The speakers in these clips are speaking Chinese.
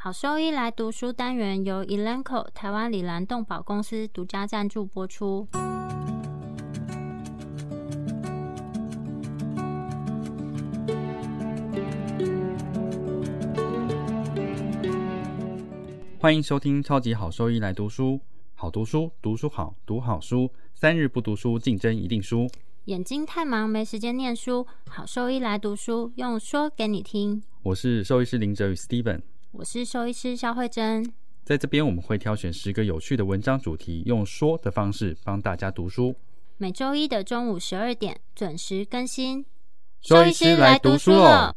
好兽医来读书单元由 Elanco 台湾里兰动保公司独家赞助播出。 欢迎收听超级好兽医来读书，好读书，读书好，读好书，3日不读书，竞争一定输。 眼睛太忙没时间念书，好兽医来读书，用说给你听。 我是兽医师林哲宇 Steven， 我是兽医师肖慧珍。 在这边我们会挑选10个有趣的文章主题，用说的方式帮大家读书。 每周一的中午12点准时更新。 兽医师来读书了。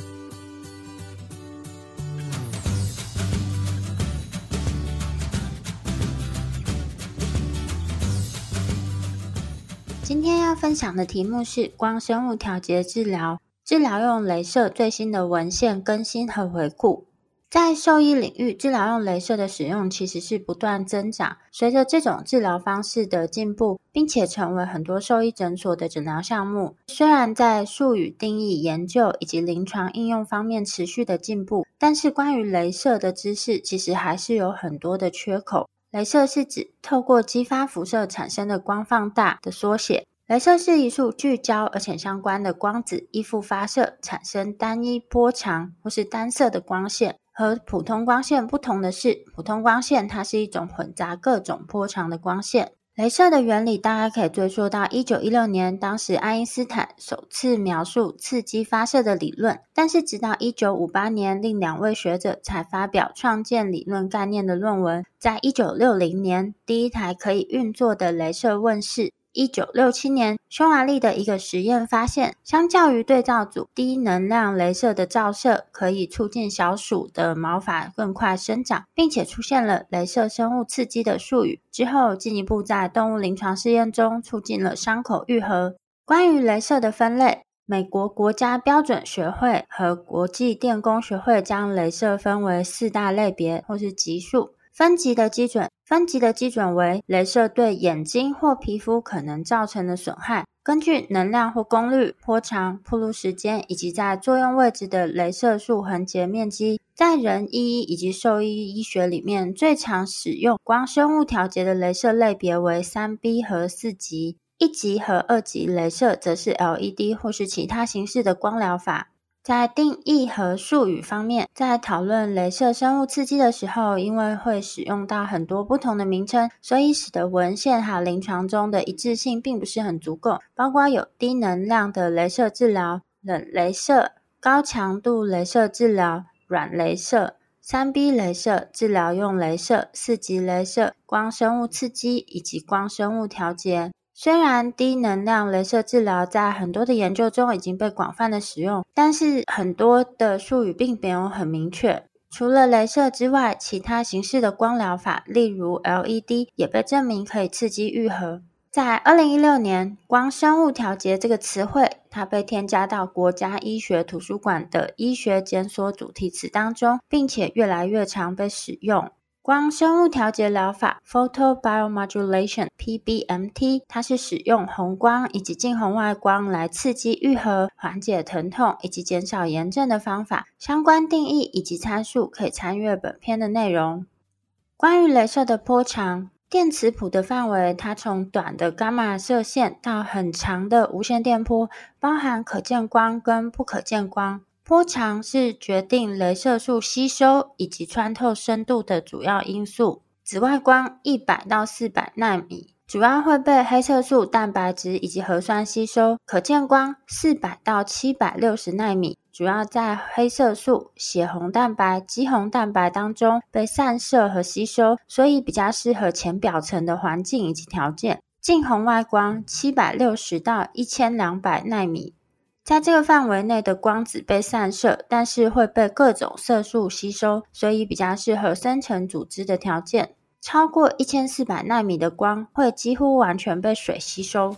今天要分享的题目是光生物调节治疗，治疗用雷射最新的文献更新和回顾。在兽医领域，治疗用雷射的使用其实是不断增长。随着这种治疗方式的进步，并且成为很多兽医诊所的诊疗项目，虽然在术语定义、研究以及临床应用方面持续的进步，但是关于雷射的知识其实还是有很多的缺口。雷射是指透过激发辐射产生的光放大的缩写。雷射是一束聚焦而且相关的光子依附发射，产生单一波长或是单色的光线。和普通光线不同的是，普通光线它是一种混杂各种波长的光线。雷射的原理大概可以追溯到1916年，当时爱因斯坦首次描述刺激发射的理论，但是直到1958年，另2位学者才发表创建理论概念的论文。在1960年，第一台可以运作的雷射问世。1967年，匈牙利的一个实验发现，相较于对照组，低能量雷射的照射可以促进小鼠的毛发更快生长，并且出现了雷射生物刺激的术语。之后进一步在动物临床试验中促进了伤口愈合。关于雷射的分类，美国国家标准学会和国际电工学会将雷射分为4大类别或是级数。分级的基准为雷射对眼睛或皮肤可能造成的损害，根据能量或功率、波长、暴露时间以及在作用位置的雷射束横截面积。在人医以及兽医医学里面，最常使用光生物调节的雷射类别为 3B 和4级，1级和2级雷射则是 LED 或是其他形式的光疗法。在定义和术语方面，在讨论雷射生物刺激的时候，因为会使用到很多不同的名称，所以使得文献还有临床中的一致性并不是很足够，包括有低能量的雷射治疗、冷雷射、高强度雷射治疗、软雷射、3B 雷射、治疗用雷射、4级雷射、光生物刺激以及光生物调节。虽然低能量雷射治疗在很多的研究中已经被广泛的使用，但是很多的术语并没有很明确。除了雷射之外，其他形式的光疗法，例如 LED 也被证明可以刺激愈合。在2016年，光生物调节这个词汇，它被添加到国家医学图书馆的医学检索主题词当中，并且越来越常被使用。光生物调节疗法 Photobiomodulation PBMT， 它是使用红光以及近红外光来刺激愈合、缓解疼痛以及减少炎症的方法。相关定义以及参数可以参阅本篇的内容。关于雷射的波长，电磁谱的范围，它从短的伽马射线到很长的无线电波，包含可见光跟不可见光。波长是决定雷射束吸收以及穿透深度的主要因素。紫外光100到400纳米，主要会被黑色素、蛋白质以及核酸吸收。可见光400到760纳米，主要在黑色素、血红蛋白、肌红蛋白当中被散射和吸收，所以比较适合浅表层的环境以及条件。近红外光760到1200纳米，在这个范围内的光子被散射，但是会被各种色素吸收，所以比较适合深层组织的条件。超过1400纳米的光会几乎完全被水吸收。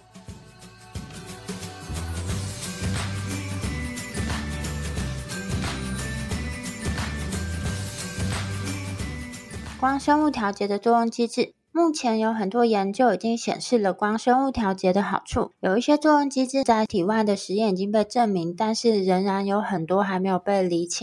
光生物调节的作用机制，目前有很多研究已经显示了光生物调节的好处，有一些作用机制在体外的实验已经被证明，但是仍然有很多还没有被厘清。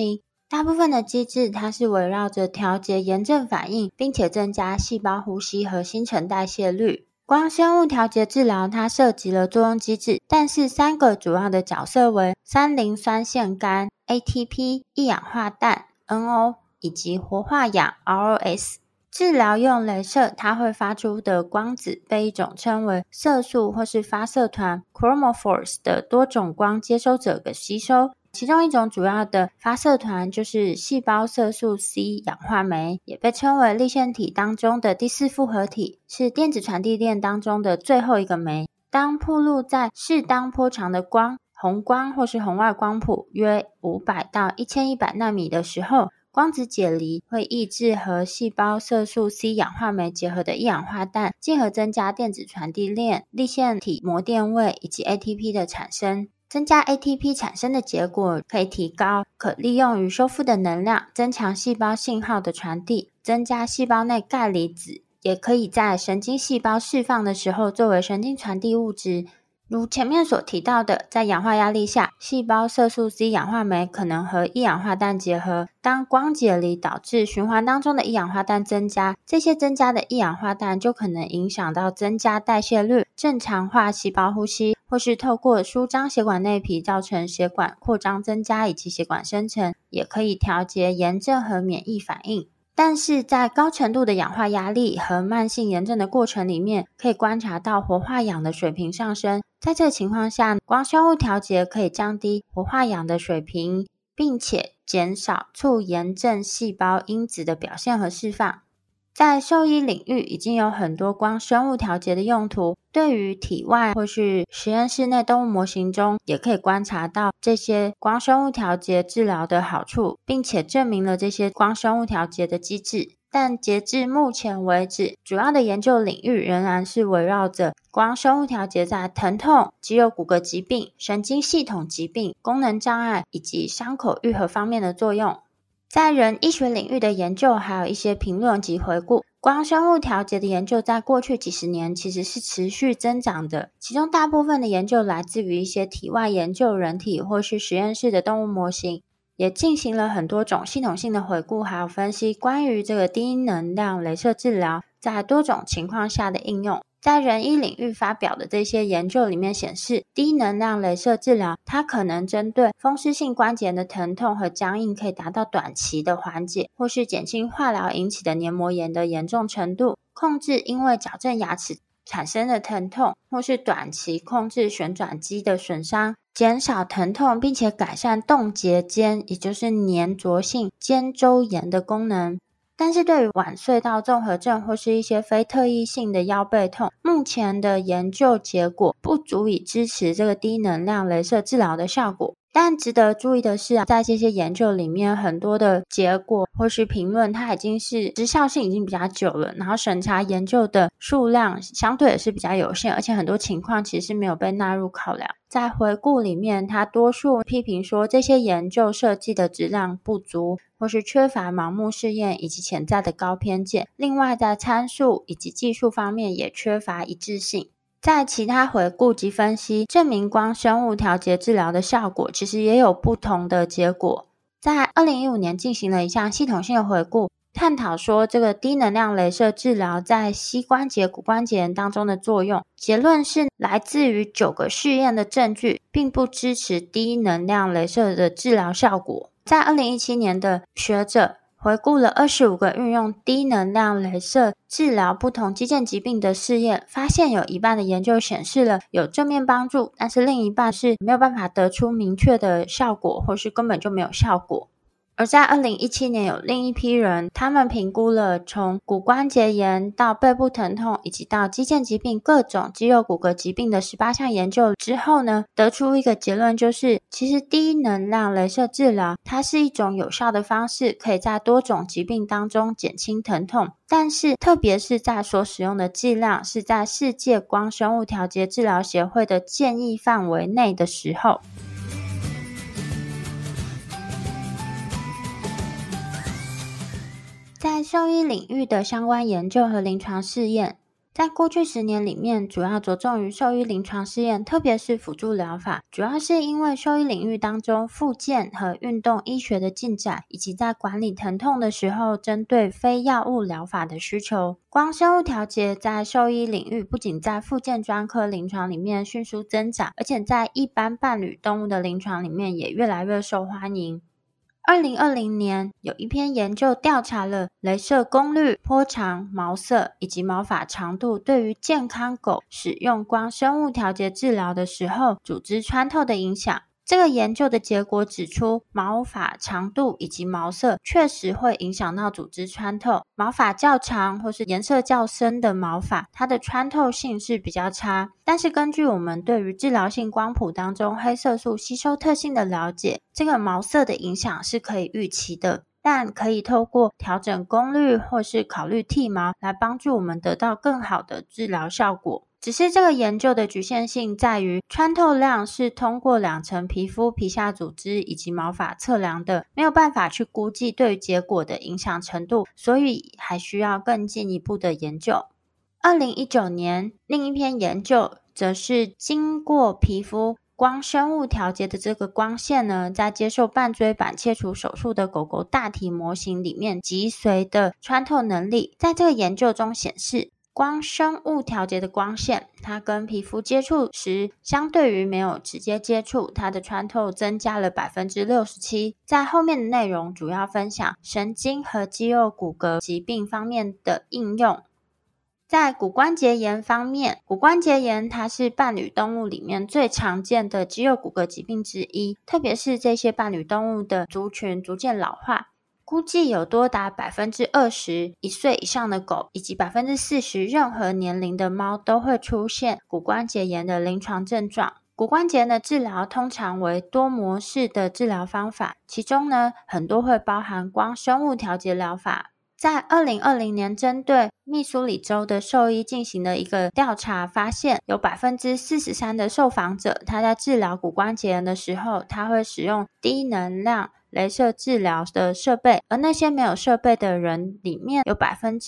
大部分的机制它是围绕着调节炎症反应，并且增加细胞呼吸和新陈代谢率。光生物调节治疗它涉及了作用机制，但是3个主要的角色为三磷酸腺苷 ATP、一氧化氮 NO 以及活化氧 ROS。治疗用雷射它会发出的光子被一种称为色素或是发色团 chromophores 的多种光接收者给吸收，其中一种主要的发色团就是细胞色素 C 氧化酶，也被称为粒线体当中的第4复合体，是电子传递链当中的最后一个酶。当暴露在适当波长的光，红光或是红外光谱约500到1100纳米的时候，光子解离会抑制和细胞色素 C 氧化酶结合的一氧化氮，进而增加电子传递链、粒线体膜电位以及 ATP 的产生。增加 ATP 产生的结果可以提高可利用于修复的能量，增强细胞信号的传递，增加细胞内钙离子，也可以在神经细胞释放的时候作为神经传递物质。如前面所提到的，在氧化压力下，细胞色素 C 氧化酶可能和一氧化氮结合，当光解离导致循环当中的一氧化氮增加，这些增加的一氧化氮就可能影响到增加代谢率，正常化细胞呼吸，或是透过舒张血管内皮造成血管扩张增加以及血管生成，也可以调节炎症和免疫反应。但是在高程度的氧化压力和慢性炎症的过程里面，可以观察到活化氧的水平上升。在这个情况下，光生物调节可以降低活化氧的水平，并且减少促炎症细胞因子的表现和释放。在兽医领域已经有很多光生物调节的用途，对于体外或是实验室内动物模型中也可以观察到这些光生物调节治疗的好处，并且证明了这些光生物调节的机制。但截至目前为止，主要的研究领域仍然是围绕着光生物调节在疼痛、肌肉骨骼疾病、神经系统疾病、功能障碍以及伤口愈合方面的作用。在人医学领域的研究还有一些评论及回顾，光生物调节的研究在过去几十年其实是持续增长的，其中大部分的研究来自于一些体外研究人体或是实验室的动物模型，也进行了很多种系统性的回顾还有分析关于这个低能量雷射治疗在多种情况下的应用。在人医领域发表的这些研究里面显示，低能量雷射治疗它可能针对风湿性关节的疼痛和僵硬可以达到短期的缓解，或是减轻化疗引起的黏膜炎的严重程度，控制因为矫正牙齿产生的疼痛，或是短期控制旋转肌的损伤，减少疼痛，并且改善冻结肩，也就是粘着性肩周炎的功能。但是对于腕隧道综合症或是一些非特异性的腰背痛，目前的研究结果不足以支持这个低能量雷射治疗的效果。但值得注意的是在这些研究里面，很多的结果或是评论它已经是时效性已经比较久了，然后审查研究的数量相对也是比较有限，而且很多情况其实是没有被纳入考量。在回顾里面，它多数批评说这些研究设计的质量不足，或是缺乏盲目试验以及潜在的高偏见，另外在参数以及技术方面也缺乏一致性。在其他回顾及分析证明光生物调节治疗的效果其实也有不同的结果。在2015年进行了一项系统性的回顾，探讨说这个低能量雷射治疗在膝关节骨关节炎当中的作用，结论是来自于9个试验的证据并不支持低能量雷射的治疗效果。在2017年的学者回顾了25个运用低能量雷射治疗不同肌腱疾病的试验，发现有一半的研究显示了有正面帮助，但是另一半是没有办法得出明确的效果，或是根本就没有效果。而在2017年有另一批人，他们评估了从骨关节炎到背部疼痛以及到肌腱疾病各种肌肉骨骼疾病的18项研究之后呢，得出一个结论，就是其实低能量雷射治疗它是一种有效的方式，可以在多种疾病当中减轻疼痛，但是特别是在所使用的剂量是在世界光生物调节治疗协会的建议范围内的时候。在兽医领域的相关研究和临床试验， 在过去10年里面，主要着重于兽医临床试验，特别是辅助疗法，主要是因为兽医领域当中复健和运动医学的进展，以及在管理疼痛的时候针对非药物疗法的需求。光生物调节在兽医领域不仅在复健专科临床里面迅速增长，而且在一般伴侣动物的临床里面也越来越受欢迎。2020年有一篇研究调查了雷射功率、波长、毛色以及毛发长度对于健康狗使用光生物调节治疗的时候组织穿透的影响。这个研究的结果指出，毛发长度以及毛色确实会影响到组织穿透。毛发较长或是颜色较深的毛发，它的穿透性是比较差。但是根据我们对于治疗性光谱当中黑色素吸收特性的了解，这个毛色的影响是可以预期的，但可以透过调整功率或是考虑剃毛来帮助我们得到更好的治疗效果。只是这个研究的局限性在于，穿透量是通过2层皮肤、皮下组织以及毛发测量的，没有办法去估计对于结果的影响程度，所以还需要更进一步的研究。2019年，另一篇研究则是经过皮肤光生物调节的这个光线呢，在接受半椎板切除手术的狗狗大体模型里面脊髓的穿透能力。在这个研究中显示，光生物调节的光线，它跟皮肤接触时，相对于没有直接接触，它的穿透增加了 67%。 在后面的内容主要分享神经和肌肉骨骼疾病方面的应用。在骨关节炎方面，骨关节炎它是伴侣动物里面最常见的肌肉骨骼疾病之一，特别是这些伴侣动物的族群逐渐老化，估计有多达 20%， 1岁以上的狗以及 40% 任何年龄的猫都会出现骨关节炎的临床症状。骨关节炎的治疗通常为多模式的治疗方法，其中呢很多会包含光生物调节疗法。在2020年针对密苏里州的兽医进行的一个调查，发现有 43% 的受访者他在治疗骨关节炎的时候，他会使用低能量雷射治疗的设备，而那些没有设备的人里面有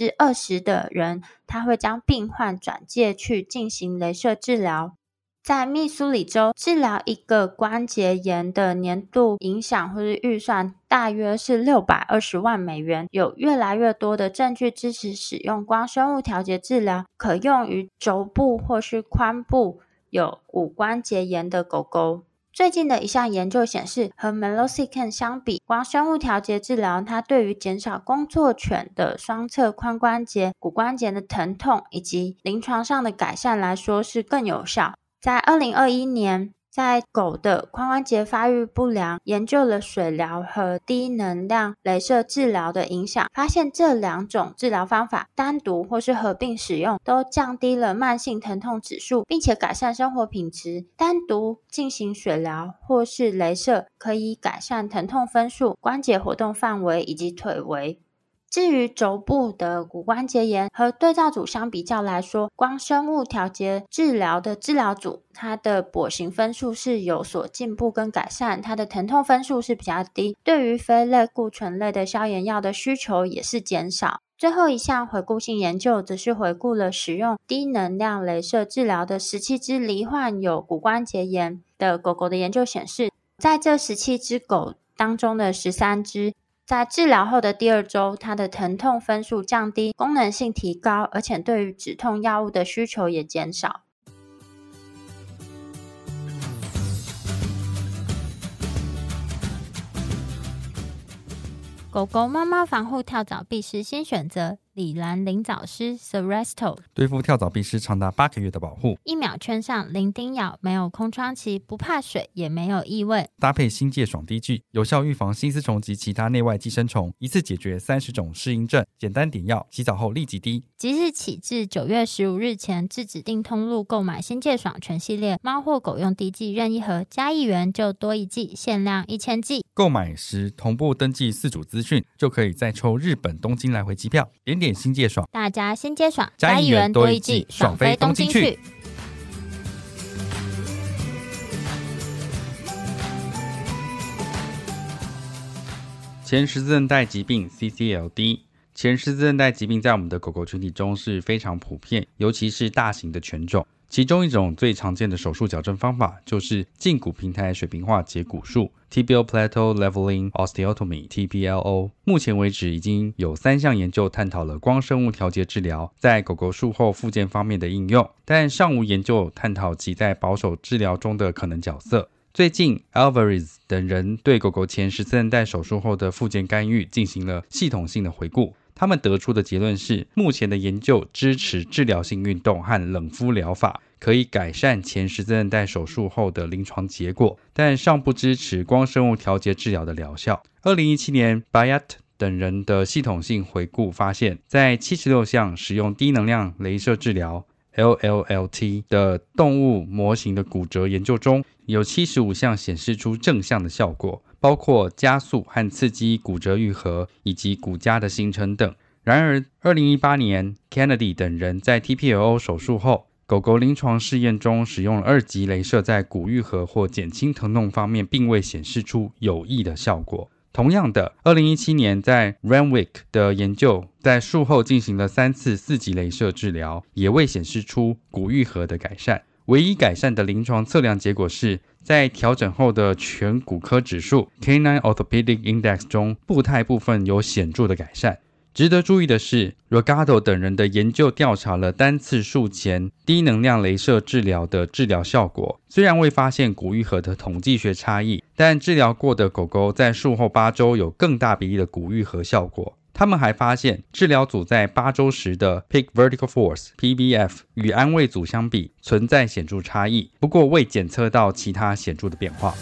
20% 的人他会将病患转介去进行雷射治疗。在密苏里州治疗一个关节炎的年度影响或是预算大约是620万美元，有越来越多的证据支持使用光生物调节治疗，可用于肘部或是髋部有骨关节炎的狗狗。最近的一项研究显示，和 Meloxicam 相比，光生物调节治疗它对于减少工作犬的双侧髋关节、骨关节的疼痛以及临床上的改善来说是更有效。在2021年，在狗的髋关节发育不良研究了水疗和低能量雷射治疗的影响，发现这2种治疗方法单独或是合并使用都降低了慢性疼痛指数，并且改善生活品质。单独进行水疗或是雷射可以改善疼痛分数、关节活动范围以及腿围。至于肘部的骨关节炎和对照组相比较来说，光生物调节治疗的治疗组，它的跛行分数是有所进步跟改善，它的疼痛分数是比较低，对于非类固醇类的消炎药的需求也是减少。最后一项回顾性研究则是回顾了使用低能量雷射治疗的17只罹患有骨关节炎的狗狗的研究显示，在这17只狗当中的13只在治疗后的第2周，它的疼痛分数降低，功能性提高，而且对于止痛药物的需求也减少。狗狗、猫猫防护跳蚤必施新选择，李兰灵藻丝 Seresto 对付跳蚤必施长达8个月的保护 ，1秒圈上零叮咬，没有空窗期，不怕水，也没有异味， 搭配新界爽滴剂，有效预防新丝虫及其他内外寄生虫，一次解决30种适应症，简单点药，洗澡后立即滴。 即日起至9月15日前，至指定通路购买新界爽全系列猫或狗用滴剂任意盒，加1元就多1剂，限量1000剂。 购买时同步登记4组资讯，就可以再抽日本东京来回机票。点新界爽， 大家新界爽， 加1元多1剂，爽飞东京去。前十字韧带疾病 CCLD 前十字韧带疾病在我们的狗狗群体中是非常普遍，尤其是大型的犬种。其中一种最常见的手术矫正方法就是胫骨平台水平化截骨术 Tibial Plateau Leveling Osteotomy TPLO。 目前为止已经有3项研究探讨了光生物调节治疗在狗狗术后复健方面的应用，但尚无研究探讨其在保守治疗中的可能角色。最近 Alvarez 等人对狗狗前十字韧带手术后的复健干预进行了系统性的回顾，他们得出的结论是，目前的研究支持治疗性运动和冷敷疗法可以改善前十字韧带手术后的临床结果，但尚不支持光生物调节治疗的疗效。2017年 Bayat 等人的系统性回顾发现，在76项使用低能量雷射治疗 LLLT 的动物模型的骨折研究中，有75项显示出正向的效果，包括加速和刺激骨折愈合以及骨痂的形成等。然而2018年 Kennedy 等人在 TPLO 手术后，狗狗临床试验中使用了2级雷射，在骨愈合或减轻疼痛方面并未显示出有益的效果。同样的，2017年在 Renwick 的研究在术后进行了3次4级雷射治疗，也未显示出骨愈合的改善。唯一改善的临床测量结果是，在调整后的全骨科指数 Canine Orthopedic Index 中，步态部分有显著的改善。值得注意的是 Rogado 等人的研究调查了单次术前低能量雷射治疗的治疗效果，虽然未发现骨愈合的统计学差异，但治疗过的狗狗在术后8周有更大比例的骨愈合效果。他们还发现，治疗组在8周时的 Peak Vertical Force PVF 与安慰组相比存在显著差异，不过未检测到其他显著的变化。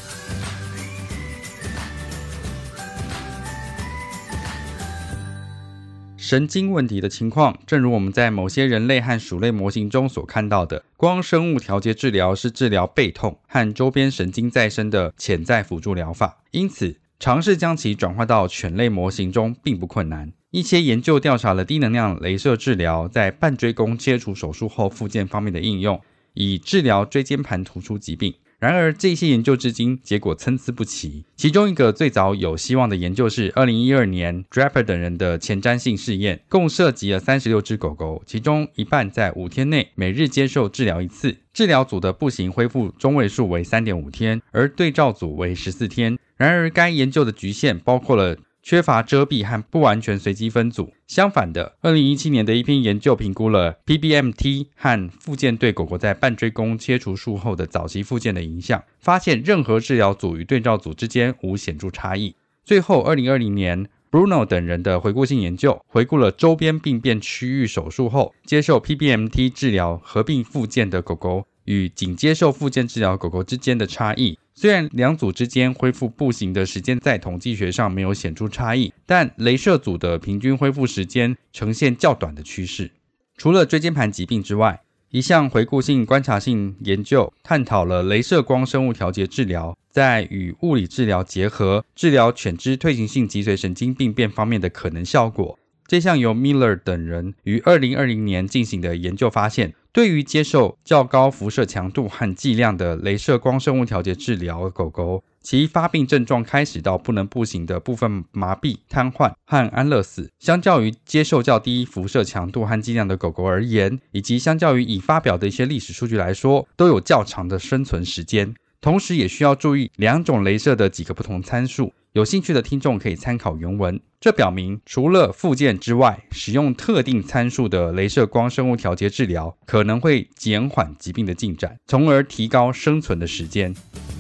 神经问题的情况，正如我们在某些人类和鼠类模型中所看到的，光生物调节治疗是治疗背痛和周边神经再生的潜在辅助疗法，因此尝试将其转换到犬类模型中并不困难。一些研究调查了低能量雷射治疗在半椎弓切除手术后复健方面的应用，以治疗椎间盘突出疾病。然而这些研究至今结果参差不齐，其中一个最早有希望的研究是2012年 Draper 等人的前瞻性试验，共涉及了36只狗狗，其中一半在5天内每日接受治疗1次，治疗组的步行恢复中位数为 3.5 天，而对照组为14天。然而该研究的局限包括了缺乏遮蔽和不完全随机分组。相反的，2017年的一篇研究评估了 PBMT 和复健对狗狗在半椎弓切除术后的早期复健的影响，发现任何治疗组与对照组之间无显著差异。最后2020年 Bruno 等人的回顾性研究回顾了周边病变区域手术后接受 PBMT 治疗合并复健的狗狗与仅接受复健治疗狗狗之间的差异。虽然两组之间恢复步行的时间在统计学上没有显著差异，但雷射组的平均恢复时间呈现较短的趋势。除了椎间盘疾病之外，一项回顾性观察性研究探讨了雷射光生物调节治疗在与物理治疗结合治疗犬只退行性脊髓神经病变方面的可能效果。这项由 Miller 等人于2020年进行的研究发现，对于接受较高辐射强度和剂量的雷射光生物调节治疗的狗狗，其发病症状开始到不能步行的部分麻痹、瘫痪和安乐死，相较于接受较低辐射强度和剂量的狗狗而言，以及相较于已发表的一些历史数据来说，都有较长的生存时间。同时也需要注意两种雷射的几个不同参数，有兴趣的听众可以参考原文。这表明除了复健之外，使用特定参数的雷射光生物调节治疗可能会减缓疾病的进展，从而提高生存的时间。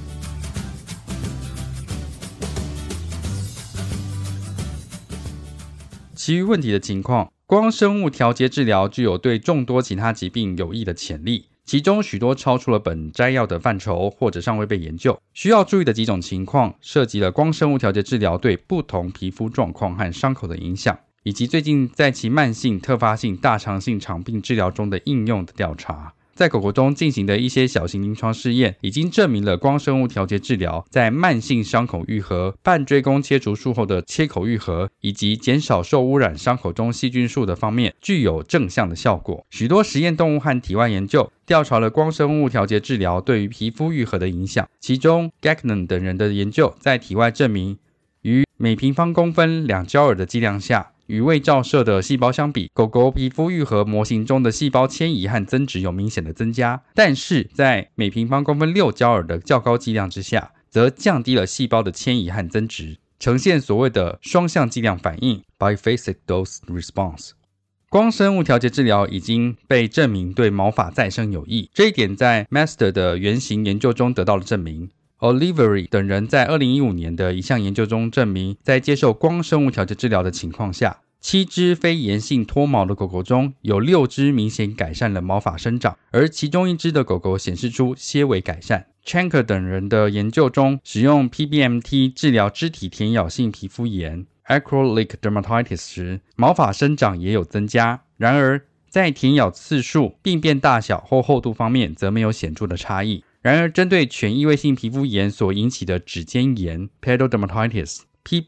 其余问题的情况，光生物调节治疗具有对众多其他疾病有益的潜力，其中许多超出了本摘要的范畴，或者尚未被研究。需要注意的几种情况涉及了光生物调节治疗对不同皮肤状况和伤口的影响，以及最近在其慢性、特发性大肠性肠病治疗中的应用的调查。在狗狗中进行的一些小型临床试验已经证明了光生物调节治疗在慢性伤口愈合、半椎弓切除术后的切口愈合以及减少受污染伤口中细菌数的方面具有正向的效果。许多实验动物和体外研究调查了光生物调节治疗对于皮肤愈合的影响，其中 Gagnon 等人的研究在体外证明，于每平方公分2焦耳的剂量下， 与未照射的细胞相比，狗狗皮肤愈合模型中的细胞迁移和增殖有明显的增加，但是在每平方公分6焦耳的较高剂量之下，则降低了细胞的迁移和增殖，呈现所谓的双向剂量反应 （biphasic dose response）。光生物调节治疗已经被证明对毛发再生有益，这一点在 Master 的原型研究中得到了证明。Oliveri 等人在2015年的一项研究中证明，在接受光生物调节治疗的情况下，7只非炎性脱毛的狗狗中有6只明显改善了毛发生长，而其中1只的狗狗显示出些微改善。Chanker 等人的研究中使用 PBMT 治疗肢体舔咬性皮肤炎 acrylic dermatitis 时，毛发生长也有增加，然而在舔咬次数、病变大小或厚度方面则没有显著的差异。然而针对全异位性皮肤炎所引起的指尖炎 pedal dermatitis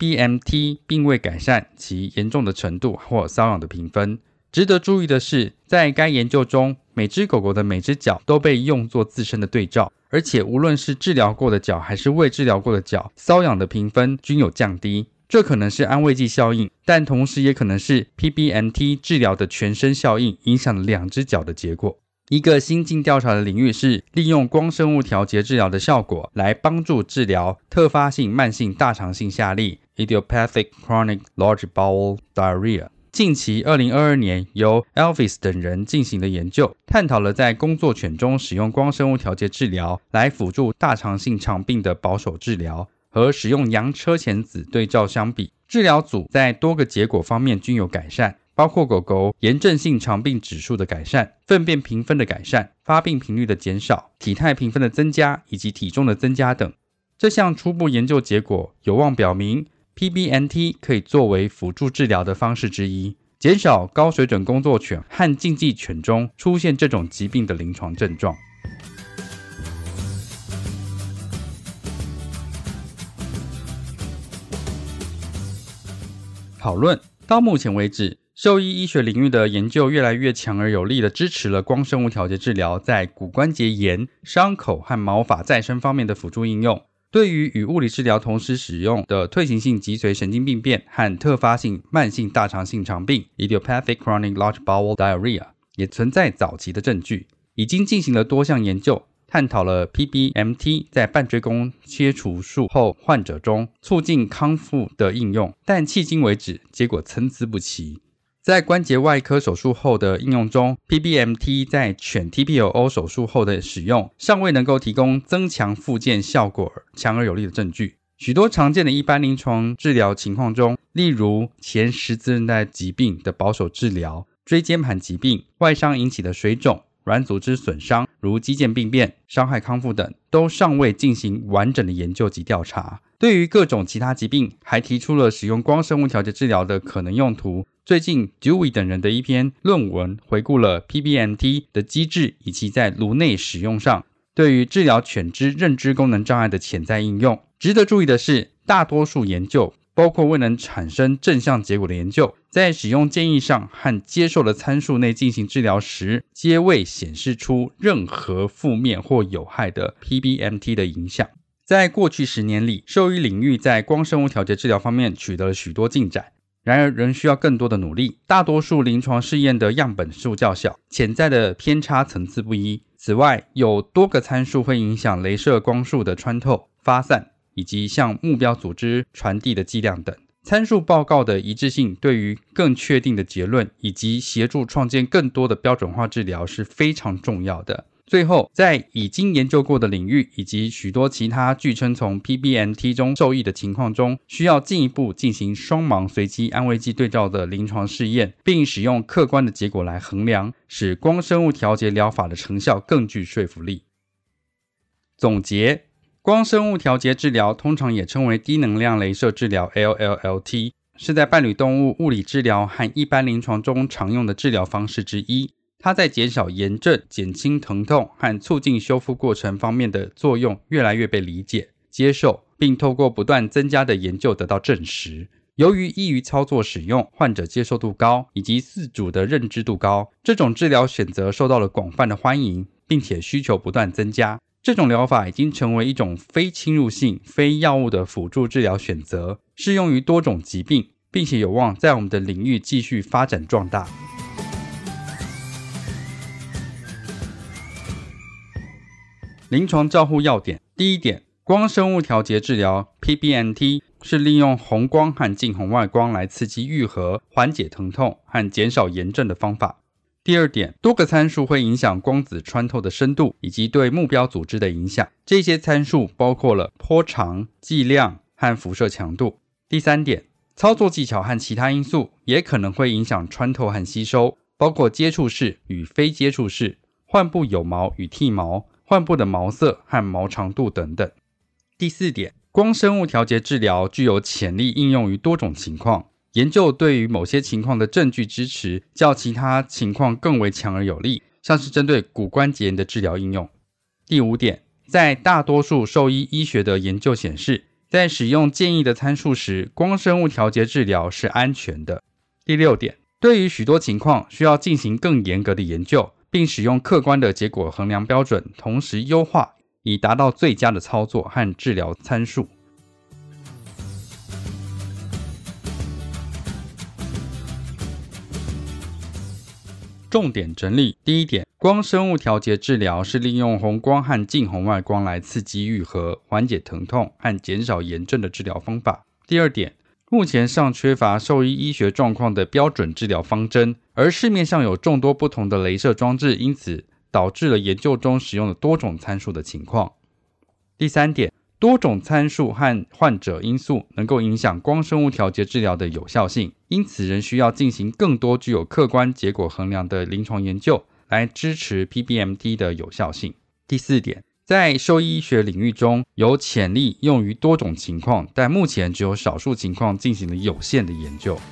PBMT 并未改善其严重的程度或瘙痒的评分。值得注意的是，在该研究中，每只狗狗的每只脚都被用作自身的对照，而且无论是治疗过的脚还是未治疗过的脚，瘙痒的评分均有降低。这可能是安慰剂效应，但同时也可能是 PBMT 治疗的全身效应影响了2只脚的结果。一个新近调查的领域是利用光生物调节治疗的效果来帮助治疗特发性慢性大肠性下痢 Idiopathic Chronic Large Bowel Diarrhea。近期2022年由 Elvis 等人进行的研究，探讨了在工作犬中使用光生物调节治疗来辅助大肠性肠病的保守治疗，和使用洋车前子对照相比，治疗组在多个结果方面均有改善，包括狗狗炎症性肠病指数的改善、粪便评分的改善、发病频率的减少、体态评分的增加以及体重的增加等。这项初步研究结果有望表明PBMT 可以作为辅助治疗的方式之一，减少高水准工作犬和竞技犬中出现这种疾病的临床症状。讨论到目前为止，兽医医学领域的研究越来越强而有力地支持了光生物调节治疗在骨关节炎、伤口和毛发再生方面的辅助应用。对于与物理治疗同时使用的退行性脊髓神经病变和特发性慢性大肠性肠病 Idiopathic Chronic Large Bowel Diarrhea 也存在早期的证据，已经进行了多项研究，探讨了 PBMT 在半椎弓切除术后患者中促进康复的应用，但迄今为止结果参差不齐。在关节外科手术后的应用中， PBMT 在犬 TPLO 手术后的使用尚未能够提供增强复健效果强而有力的证据。许多常见的一般临床治疗情况中，例如前十字韧带疾病的保守治疗、椎间盘疾病、外伤引起的水肿、软组织损伤如肌腱病变、伤害康复等，都尚未进行完整的研究及调查。对于各种其他疾病，还提出了使用光生物调节治疗的可能用途。最近 Dewey 等人的一篇论文回顾了 PBMT 的机制以及在颅内使用上对于治疗犬只认知功能障碍的潜在应用。值得注意的是，大多数研究，包括未能产生正向结果的研究，在使用建议上和接受的参数内进行治疗时，皆未显示出任何负面或有害的 PBMT 的影响。在过去10年里，兽医领域在光生物调节治疗方面取得了许多进展，然而仍需要更多的努力。大多数临床试验的样本数较小，潜在的偏差层次不一。此外，有多个参数会影响雷射光束的穿透、发散以及向目标组织传递的剂量等。参数报告的一致性对于更确定的结论以及协助创建更多的标准化治疗是非常重要的。最后，在已经研究过的领域以及许多其他据称从 PBMT 中受益的情况中，需要进一步进行双盲随机安慰剂对照的临床试验，并使用客观的结果来衡量，使光生物调节疗法的成效更具说服力。总结，光生物调节治疗通常也称为低能量雷射治疗 LLLT， 是在伴侣动物物理治疗和一般临床中常用的治疗方式之一。它在减少炎症、减轻疼痛和促进修复过程方面的作用越来越被理解、接受，并透过不断增加的研究得到证实。由于易于操作使用、患者接受度高以及饲主的认知度高，这种治疗选择受到了广泛的欢迎，并且需求不断增加。这种疗法已经成为一种非侵入性、非药物的辅助治疗选择，适用于多种疾病， 并且有望在我们的领域继续发展壮大。临床照护要点，第一点，光生物调节治疗 PBMT 是利用红光和近红外光来刺激愈合、缓解疼痛和减少炎症的方法。第二点，多个参数会影响光子穿透的深度以及对目标组织的影响，这些参数包括了波长、剂量和辐射强度。第三点，操作技巧和其他因素也可能会影响穿透和吸收，包括接触式与非接触式、患部有毛与剃毛、患部的毛色和毛长度等等。第四点，光生物调节治疗具有潜力应用于多种情况，研究对于某些情况的证据支持较其他情况更为强而有力，像是针对骨关节炎的治疗应用。第五点，在大多数兽医医学的研究显示，在使用建议的参数时，光生物调节治疗是安全的。第六点，对于许多情况需要进行更严格的研究，并使用客观的结果衡量标准，同时优化，以达到最佳的操作和治疗参数。重点整理，第一点，光生物调节治疗是利用红光和近红外光来刺激愈合、缓解疼痛和减少炎症的治疗方法。第二点，目前尚缺乏兽医医学状况的标准治疗方针，而市面上有众多不同的雷射装置，因此导致了研究中使用了多种参数的情况。第三点，多种参数和患者因素能够影响光生物调节治疗的有效性，因此仍需要进行更多具有客观结果衡量的临床研究来支持 PBMT 的有效性。第四点，在兽医学领域中有潜力用于多种情况，但目前只有少数情况进行了有限的研究。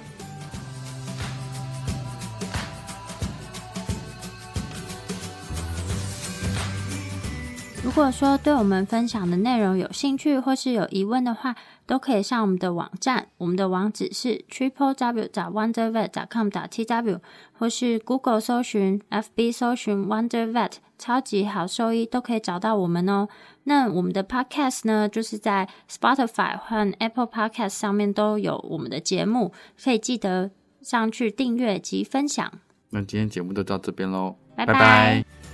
如果说对我们分享的内容有兴趣或是有疑问的话，都可以上我们的网站，我们的网址是 www.wondervet.com.tw 或是 Google 搜寻 FB 搜寻 Wondervet 超级好兽医都可以找到我们哦。那我们的 Podcast 呢，就是在 Spotify 和 Apple Podcast 上面都有我们的节目，可以记得上去订阅及分享。 那今天节目就到这边咯， 拜拜。